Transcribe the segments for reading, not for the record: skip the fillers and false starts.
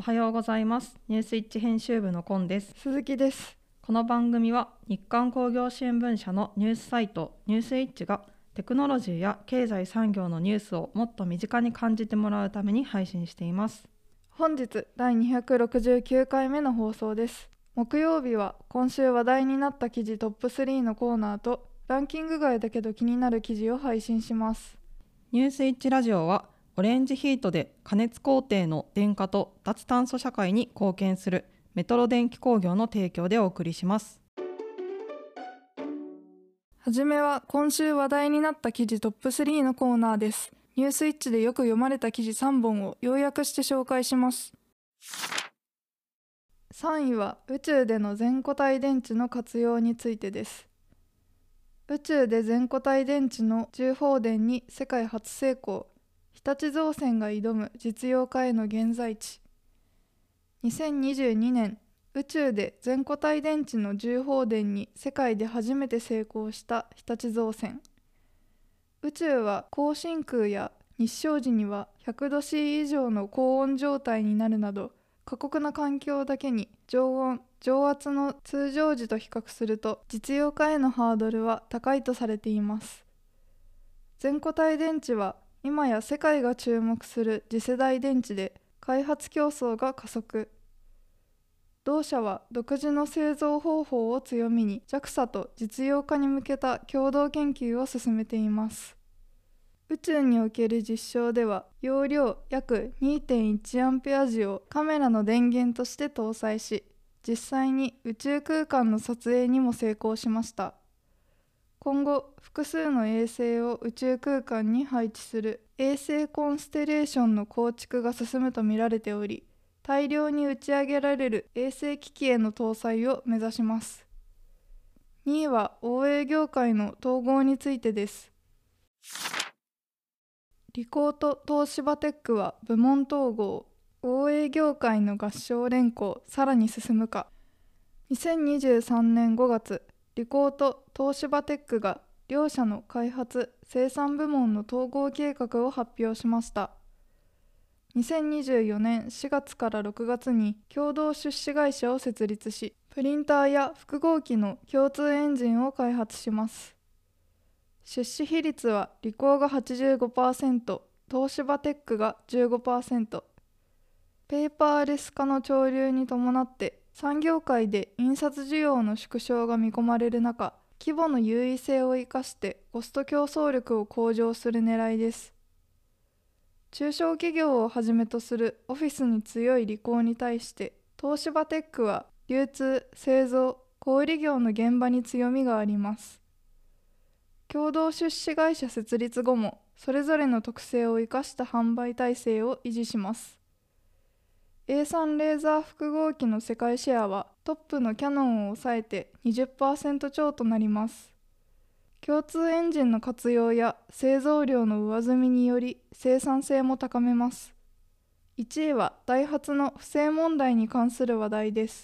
おはようございます。ニュースイッチ編集部のコンです。 鈴木です。 この番組は日刊工業新聞社のニュースサイトニュースイッチがテクノロジーや経済産業のニュースをもっと身近に感じてもらうために配信しています。 本日第269回目の放送です。木曜日は今週話題になった記事トップ3のコーナーとランキング外だけど気になる記事を配信します。 ニュースイッチラジオはオレンジヒートで加熱工程の電化と脱炭素社会に貢献するメトロ電気工業の提供でお送りします。 はじめは今週話題になった記事トップ3のコーナーです。ニュースイッチでよく読まれた記事3本を要約して紹介します。3位は宇宙での全固体電池の活用についてです。宇宙で全固体電池の重放電に世界初成功。日立造船が挑む実用化への現在地。2022年、宇宙で全固体電池の重放電に世界で初めて成功した日立造船。宇宙は高真空や日照時には100度 C 以上の高温状態になるなど、過酷な環境だけに常温・常圧の通常時と比較すると実用化へのハードルは高いとされています。全固体電池は今や世界が注目する次世代電池で開発競争が加速。同社は独自の製造方法を強みに JAXA と実用化に向けた共同研究を進めています。宇宙における実証では容量約 2.1 アンペア時をカメラの電源として搭載し、実際に宇宙空間の撮影にも成功しました。今後、複数の衛星を宇宙空間に配置する衛星コンステレーションの構築が進むとみられており、大量に打ち上げられる衛星機器への搭載を目指します。2位は応援業界の統合についてです。リコーと東芝テックは部門統合。応援業界の合唱連行さらに進むか。2023年5月、リコーと東芝テックが両社の開発・生産部門の統合計画を発表しました。2024年4月から6月に共同出資会社を設立し、プリンターや複合機の共通エンジンを開発します。出資比率はリコーが 85%、東芝テックが 15%。ペーパーレス化の潮流に伴って産業界で印刷需要の縮小が見込まれる中、規模の優位性を生かしてコスト競争力を向上する狙いです。中小企業をはじめとするオフィスに強いリコーに対して、東芝テックは流通・製造・小売業の現場に強みがあります。共同出資会社設立後も、それぞれの特性を生かした販売体制を維持します。A3 レーザー複合機の世界シェアはトップのキヤノンを抑えて 20% 超となります。共通エンジンの活用や製造量の上積みにより生産性も高めます。1位はダイハツの不正問題に関する話題です。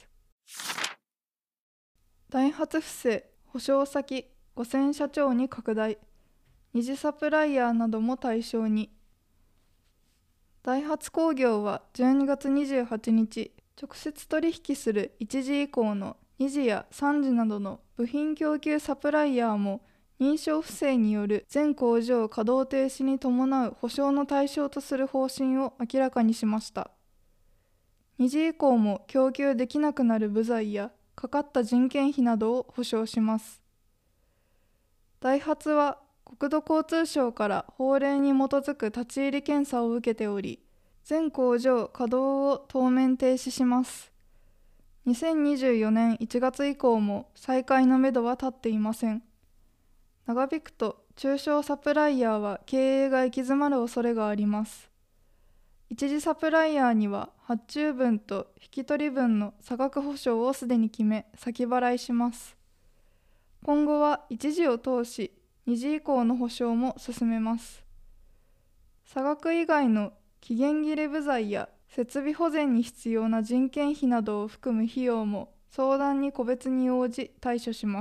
ダイハツ不正、補償先5000社長に拡大。二次サプライヤーなども対象に。ダイハツ工業は12月28日、直接取引する1次以降の2次や3次などの部品供給サプライヤーも認証不正による全工場稼働停止に伴う補償の対象とする方針を明らかにしました。2次以降も供給できなくなる部材やかかった人件費などを補償します。ダイハツは国土交通省から法令に基づく立ち入り検査を受けており、全工場稼働を当面停止します。2024年1月以降も再開のめどは立っていません。長引くと中小サプライヤーは経営が行き詰まる恐れがあります。一次サプライヤーには発注分と引き取り分の差額保証をすでに決め先払いします。今後は一次を通し2次以降の保証も進めます。差額以外の期限切れ部材や設備保全に必要な人件費などを含む費用も相談に個別に応じ対処します。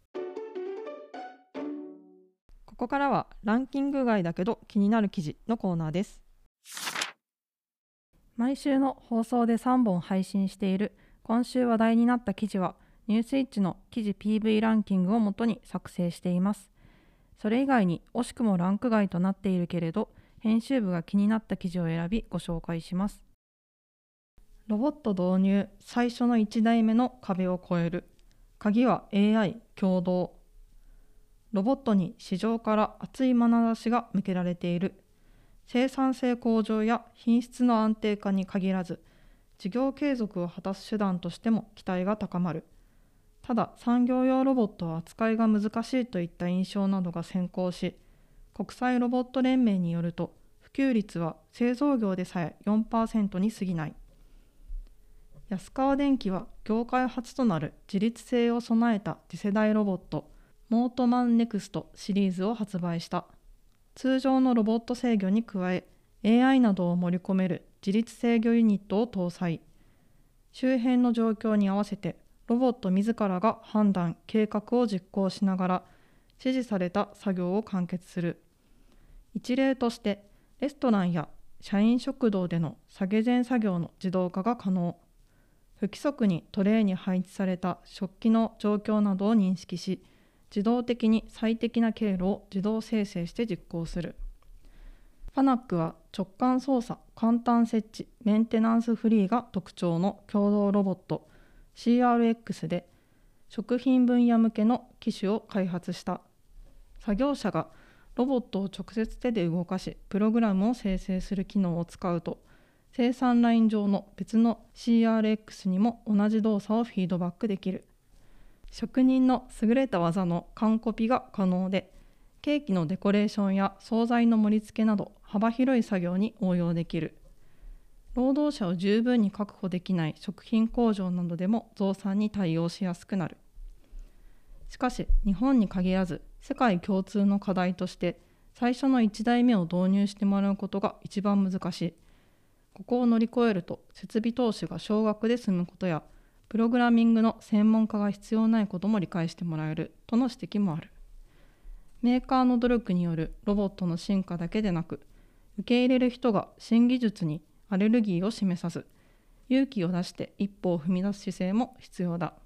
ここからはランキング外だけど気になる記事のコーナーです。 毎週の放送で3本配信している今週話題になった記事はニュースイッチの記事 PV ランキングをもとに作成しています。それ以外に惜しくもランク外となっているけれど編集部が気になった記事を選びご紹介します。ロボット導入最初の1台目の壁を越える。鍵は AI 共同。ロボットに市場から熱い眼差しが向けられている。生産性向上や品質の安定化に限らず、事業継続を果たす手段としても期待が高まる。ただ、産業用ロボットは扱いが難しいといった印象などが先行し、国際ロボット連盟によると、普及率は製造業でさえ 4% に過ぎない。安川電機は業界初となる自律性を備えた次世代ロボット、モートマンネクストシリーズを発売した。通常のロボット制御に加え、AI などを盛り込める自律制御ユニットを搭載。周辺の状況に合わせて、ロボット自らが判断・計画を実行しながら、指示された作業を完結する。一例として、レストランや社員食堂での下げ前作業の自動化が可能。不規則にトレーに配置された食器の状況などを認識し、自動的に最適な経路を自動生成して実行する。ファナックは直感操作、簡単設置、メンテナンスフリーが特徴の共同ロボット CRX で、食品分野向けの機種を開発した。作業者がロボットを直接手で動かし、プログラムを生成する機能を使うと、生産ライン上の別の CRX にも同じ動作をフィードバックできる。職人の優れた技の完コピが可能で、ケーキのデコレーションや惣菜の盛り付けなど幅広い作業に応用できる。労働者を十分に確保できない食品工場などでも増産に対応しやすくなる。しかし、日本に限らず世界共通の課題として、最初の1台目を導入してもらうことが一番難しい。ここを乗り越えると設備投資が少額で済むことや、プログラミングの専門家が必要ないことも理解してもらえるとの指摘もある。メーカーの努力によるロボットの進化だけでなく、受け入れる人が新技術にアレルギーを示さず、勇気を出して一歩を踏み出す姿勢も必要だ。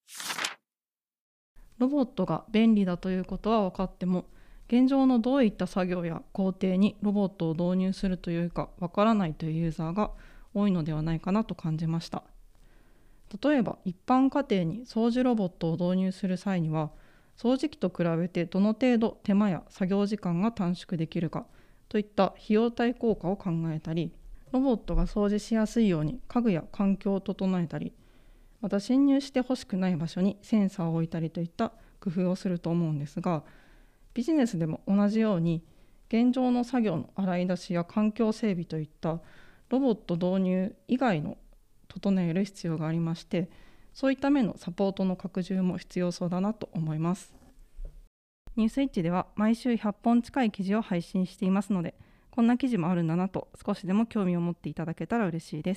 ロボットが便利だということは分かっても、現状のどういった作業や工程にロボットを導入するというか分からないというユーザーが多いのではないかなと感じました。例えば一般家庭に掃除ロボットを導入する際には、掃除機と比べてどの程度手間や作業時間が短縮できるかといった費用対効果を考えたり、ロボットが掃除しやすいように家具や環境を整えたり、また侵入してほしくない場所にセンサーを置いたりといった工夫をすると思うんですが、ビジネスでも同じように現状の作業の洗い出しや環境整備といったロボット導入以外の整える必要がありまして、そういった面のサポートの拡充も必要そうだなと思います。ニュースイッチでは毎週100本近い記事を配信していますので、こんな記事もあるんだなと少しでも興味を持っていただけたら嬉しいです。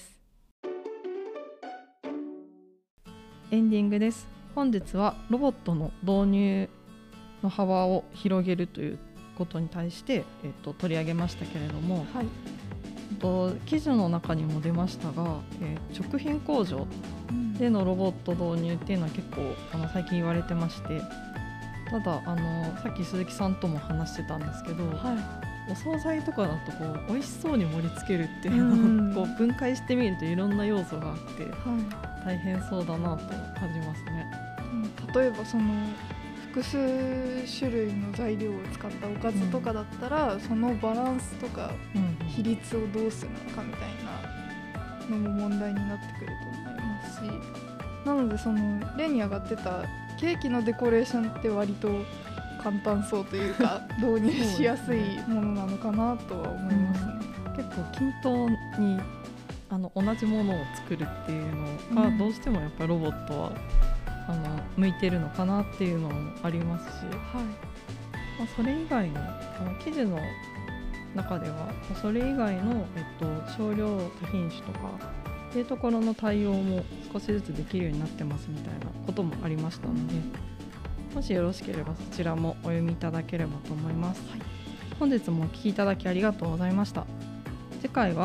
エンディングです。本日はロボットの導入の幅を広げるということに対して、取り上げましたけれども、 はい、 記事の中にも出ましたが、食品工場でのロボット導入っていうのは結構最近言われてまして、たださっき鈴木さんとも話してたんですけど、お惣菜とかだと美味しそうに盛り付けるっていうのを分解してみるといろんな要素があって、大変そうだなと感じますね。 例えばその複数種類の材料を使ったおかずとかだったら、そのバランスとか比率をどうするのかみたいなのも問題になってくると思いますし、なのでその例に上がってたケーキのデコレーションって割と簡単そうというか導入しやすいものなのかなとは思いますね。 結構均等に同じものを作るっていうのがどうしてもやっぱりロボットは向いてるのかなっていうのもありますし、それ以外の記事の中ではそれ以外の、少量多品種とかっていうところの対応も少しずつできるようになってますみたいなこともありましたので、もしよろしければそちらもお読みいただければと思います。本日もお聞きいただきありがとうございました。次回は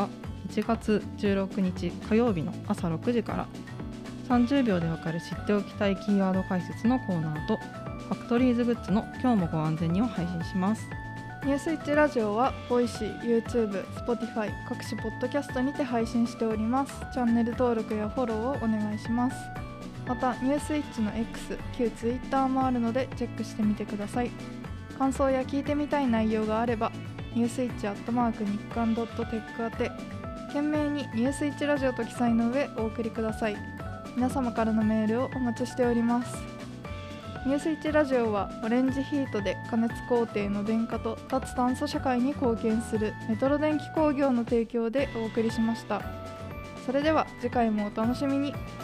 1月16日火曜日の朝6時から30秒でわかる知っておきたいキーワード解説のコーナーとファクトリーズグッズの今日もご安全にを配信します。 ニュースイッチラジオはボイシー、YouTube、Spotify 各種ポッドキャストにて配信しております。チャンネル登録やフォローをお願いします。またニュースイッチの X、旧 Twitter もあるのでチェックしてみてください。感想や聞いてみたい内容があればニュースイッチ@日刊.tech 宛て懸命にニュースイッチラジオと記載の上お送りください。皆様からのメールをお待ちしております。ニュースイッチラジオはオレンジヒートで加熱工程の電化と脱炭素社会に貢献するメトロ電気工業の提供でお送りしました。それでは次回もお楽しみに。